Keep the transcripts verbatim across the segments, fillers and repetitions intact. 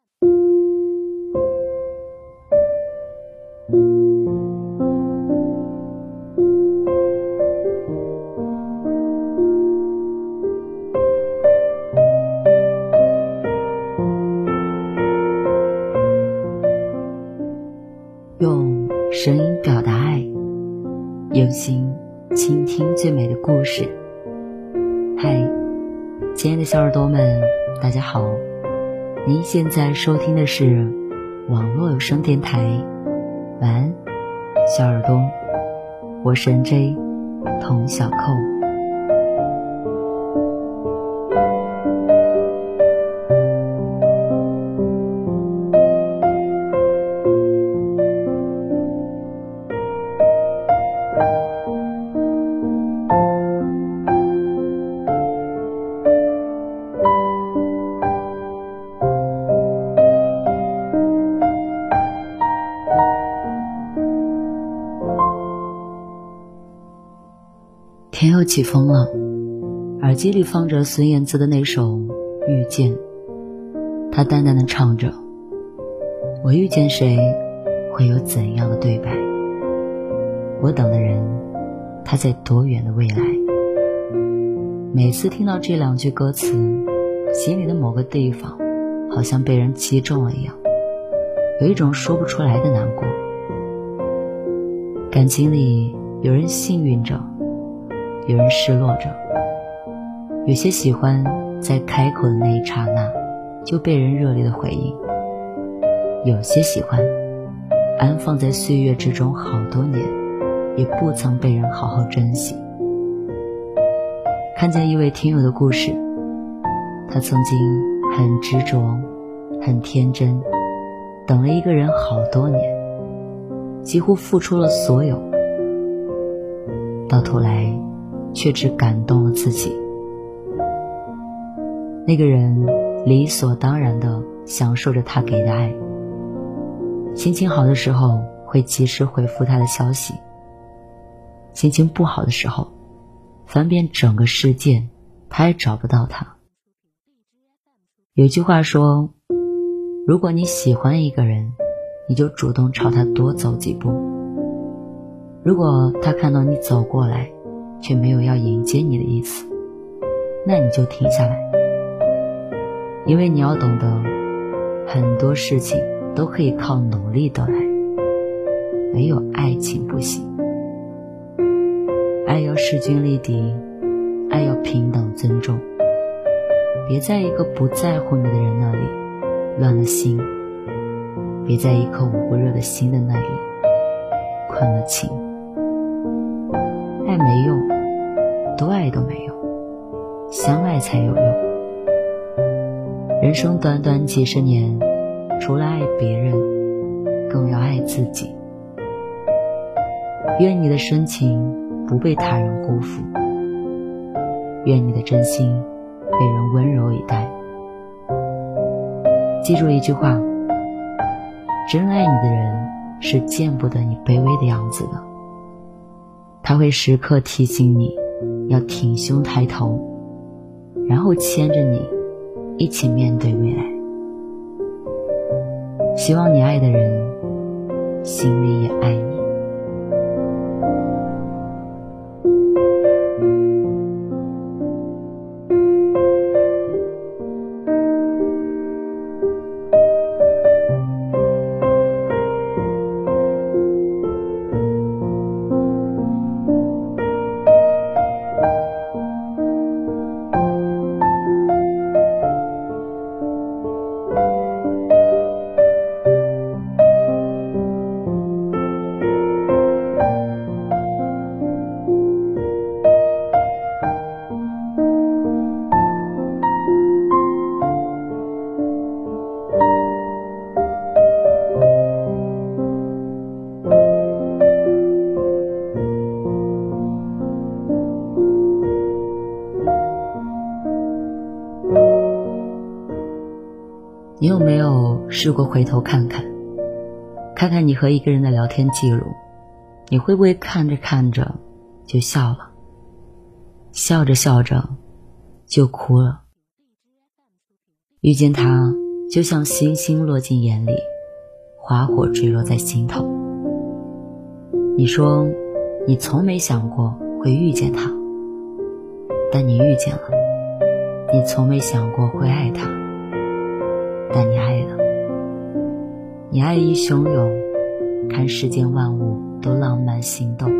用声音表达爱，用心倾听最美的故事。嗨，亲爱的小耳朵们，大家好，您现在收听的是网络有声电台，晚安小耳朵，我是 N J 童小扣。天又起风了，耳机里放着孙燕姿的那首《遇见》，她淡淡的唱着，我遇见谁会有怎样的对白，我等的人他在多远的未来。每次听到这两句歌词，心里的某个地方好像被人击中了一样，有一种说不出来的难过。感情里有人幸运着，有人失落着，有些喜欢在开口的那一刹那就被人热烈的回应，有些喜欢安放在岁月之中好多年也不曾被人好好珍惜。看见一位听友的故事，他曾经很执着很天真，等了一个人好多年，几乎付出了所有，到头来却只感动了自己。那个人理所当然地享受着他给的爱，心情好的时候会及时回复他的消息，心情不好的时候翻遍整个世界他也找不到他。有句话说，如果你喜欢一个人，你就主动朝他多走几步，如果他看到你走过来却没有要迎接你的意思，那你就停下来。因为你要懂得，很多事情都可以靠努力得来，没有爱情不行。爱要势均力敌，爱要平等尊重，别在一个不在乎你的人那里乱了心，别在一颗捂不热的心的那里困了情。爱没用，多爱都没用，相爱才有用。人生短短几十年，除了爱别人，更要爱自己。愿你的深情不被他人辜负，愿你的真心被人温柔以待。记住一句话，真爱你的人是见不得你卑微的样子的，他会时刻提醒你要挺胸抬头，然后牵着你一起面对未来。希望你爱的人心里也爱你。你有没有试过回头看看，看看你和一个人的聊天记录，你会不会看着看着就笑了，笑着笑着就哭了？遇见他就像星星落进眼里，花火坠落在心头。你说你从没想过会遇见他，但你遇见了；你从没想过会爱他，但你爱了。你爱意汹涌，看世间万物都浪漫心动。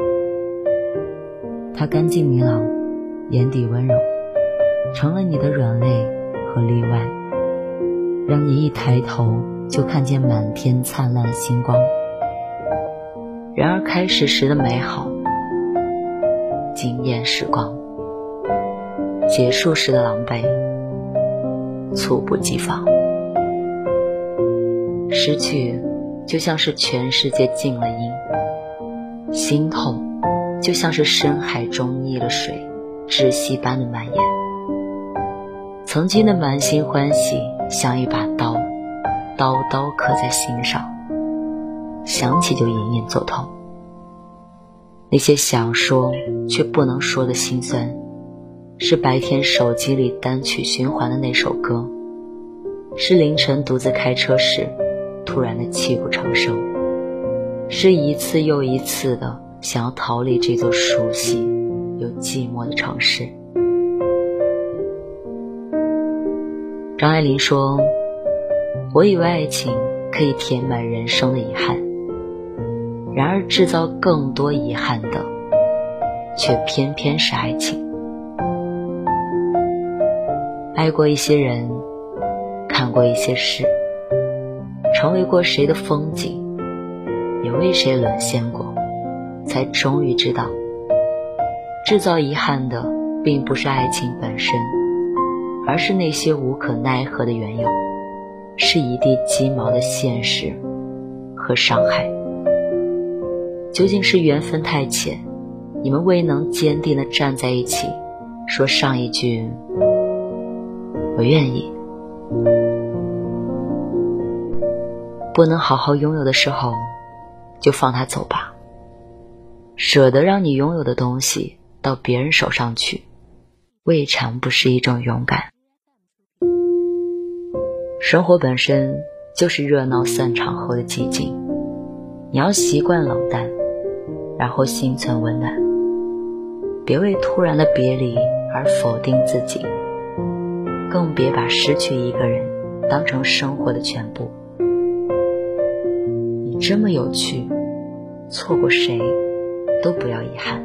他干净明朗，眼底温柔，成了你的软肋和例外，让你一抬头就看见满天灿烂的星光。然而开始时的美好惊艳时光，结束时的狼狈猝不及防。失去就像是全世界静了音，心痛就像是深海中溺了水，窒息般的蔓延。曾经的满心欢喜像一把刀，刀刀刻在心上，想起就隐隐作痛。那些想说却不能说的心酸，是白天手机里单曲循环的那首歌，是凌晨独自开车时突然的泣不成声，是一次又一次的想要逃离这座熟悉又寂寞的城市。张爱玲说，我以为爱情可以填满人生的遗憾，然而制造更多遗憾的却偏偏是爱情。爱过一些人，看过一些事，成为过谁的风景，也为谁沦陷过，才终于知道，制造遗憾的并不是爱情本身，而是那些无可奈何的缘由，是一地鸡毛的现实和伤害。究竟是缘分太浅，你们未能坚定地站在一起，说上一句我愿意。不能好好拥有的时候，就放它走吧。舍得让你拥有的东西到别人手上去，未尝不是一种勇敢。生活本身就是热闹散场后的寂静，你要习惯冷淡，然后心存温暖。别为突然的别离而否定自己，更别把失去一个人当成生活的全部。你这么有趣，错过谁都不要遗憾。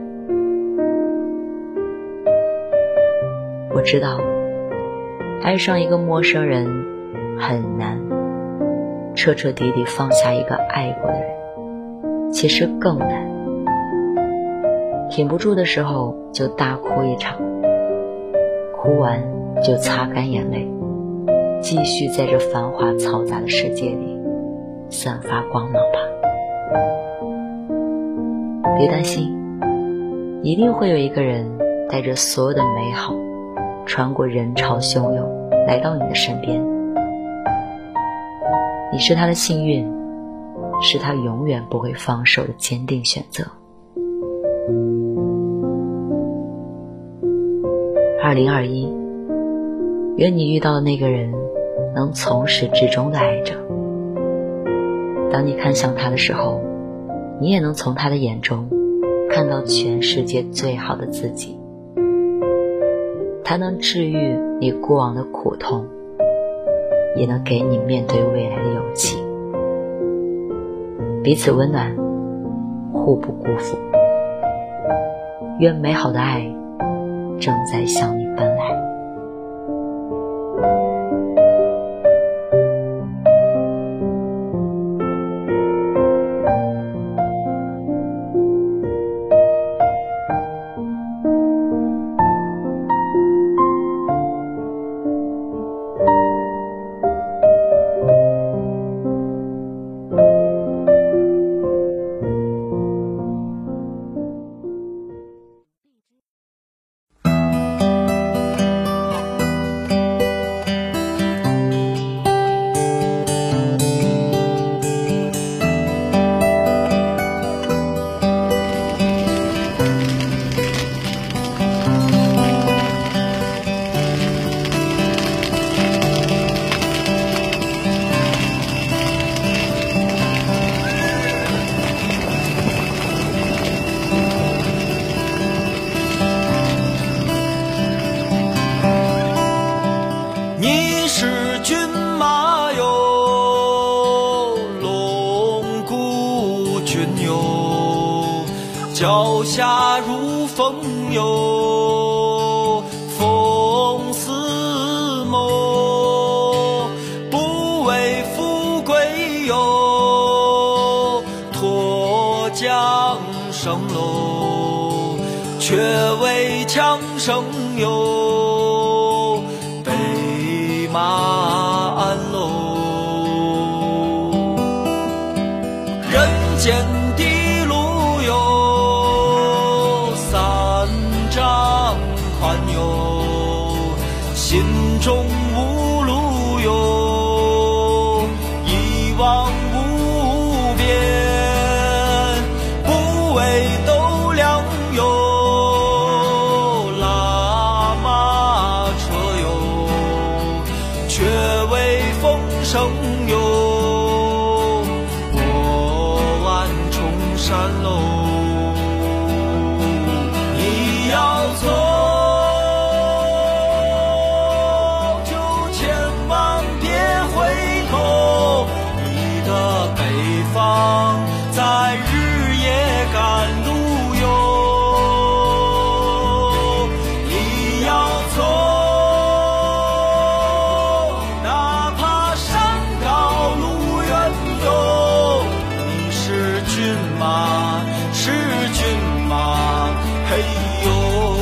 我知道爱上一个陌生人很难，彻彻底底放下一个爱过的人其实更难。挺不住的时候就大哭一场，哭完就擦干眼泪，继续在这繁华嘈杂的世界里散发光芒吧。别担心，一定会有一个人带着所有的美好，穿过人潮汹涌来到你的身边。你是他的幸运，是他永远不会放手的坚定选择。二零二一，愿你遇到的那个人能从始至终的爱着。当你看向他的时候，你也能从他的眼中看到全世界最好的自己。他能治愈你过往的苦痛，也能给你面对未来的勇气。彼此温暖，互不辜负。愿美好的爱正在向你奔来。 风哟，风似魔，不为富贵哟，脱缰绳喽，却为强生哟，北马鞍喽。人间的路哟，三丈宽哟，心中无路哟，一望无边，不为斗量哟，拉马车哟，却为风声哟，山喽，你要走就千万别回头，你的北方在日夜赶路哟。你要走，哪怕山高路远哟，你是骏马，是骏马，嘿呦。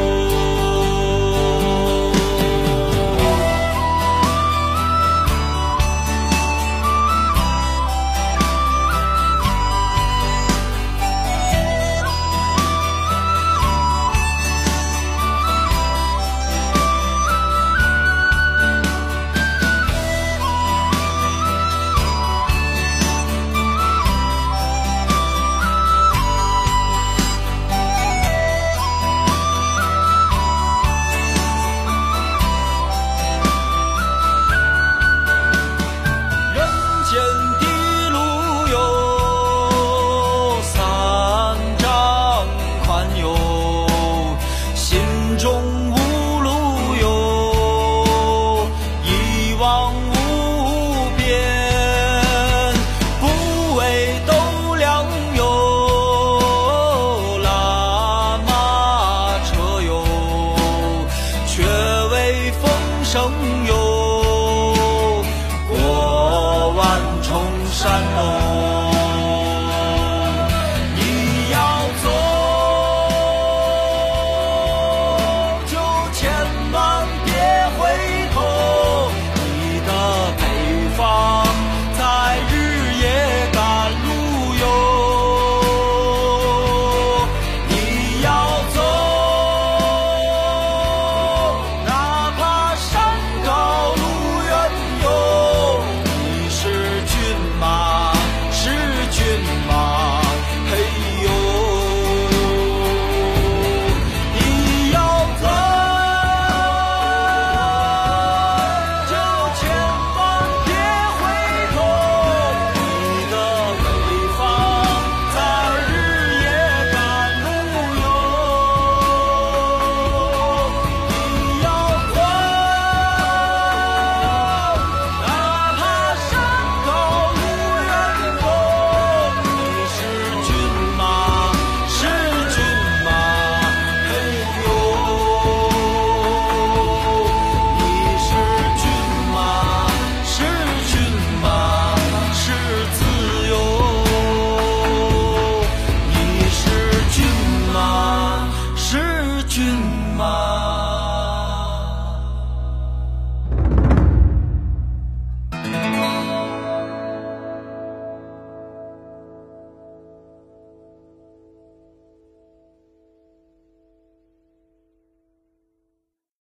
生哟，过万重山喽。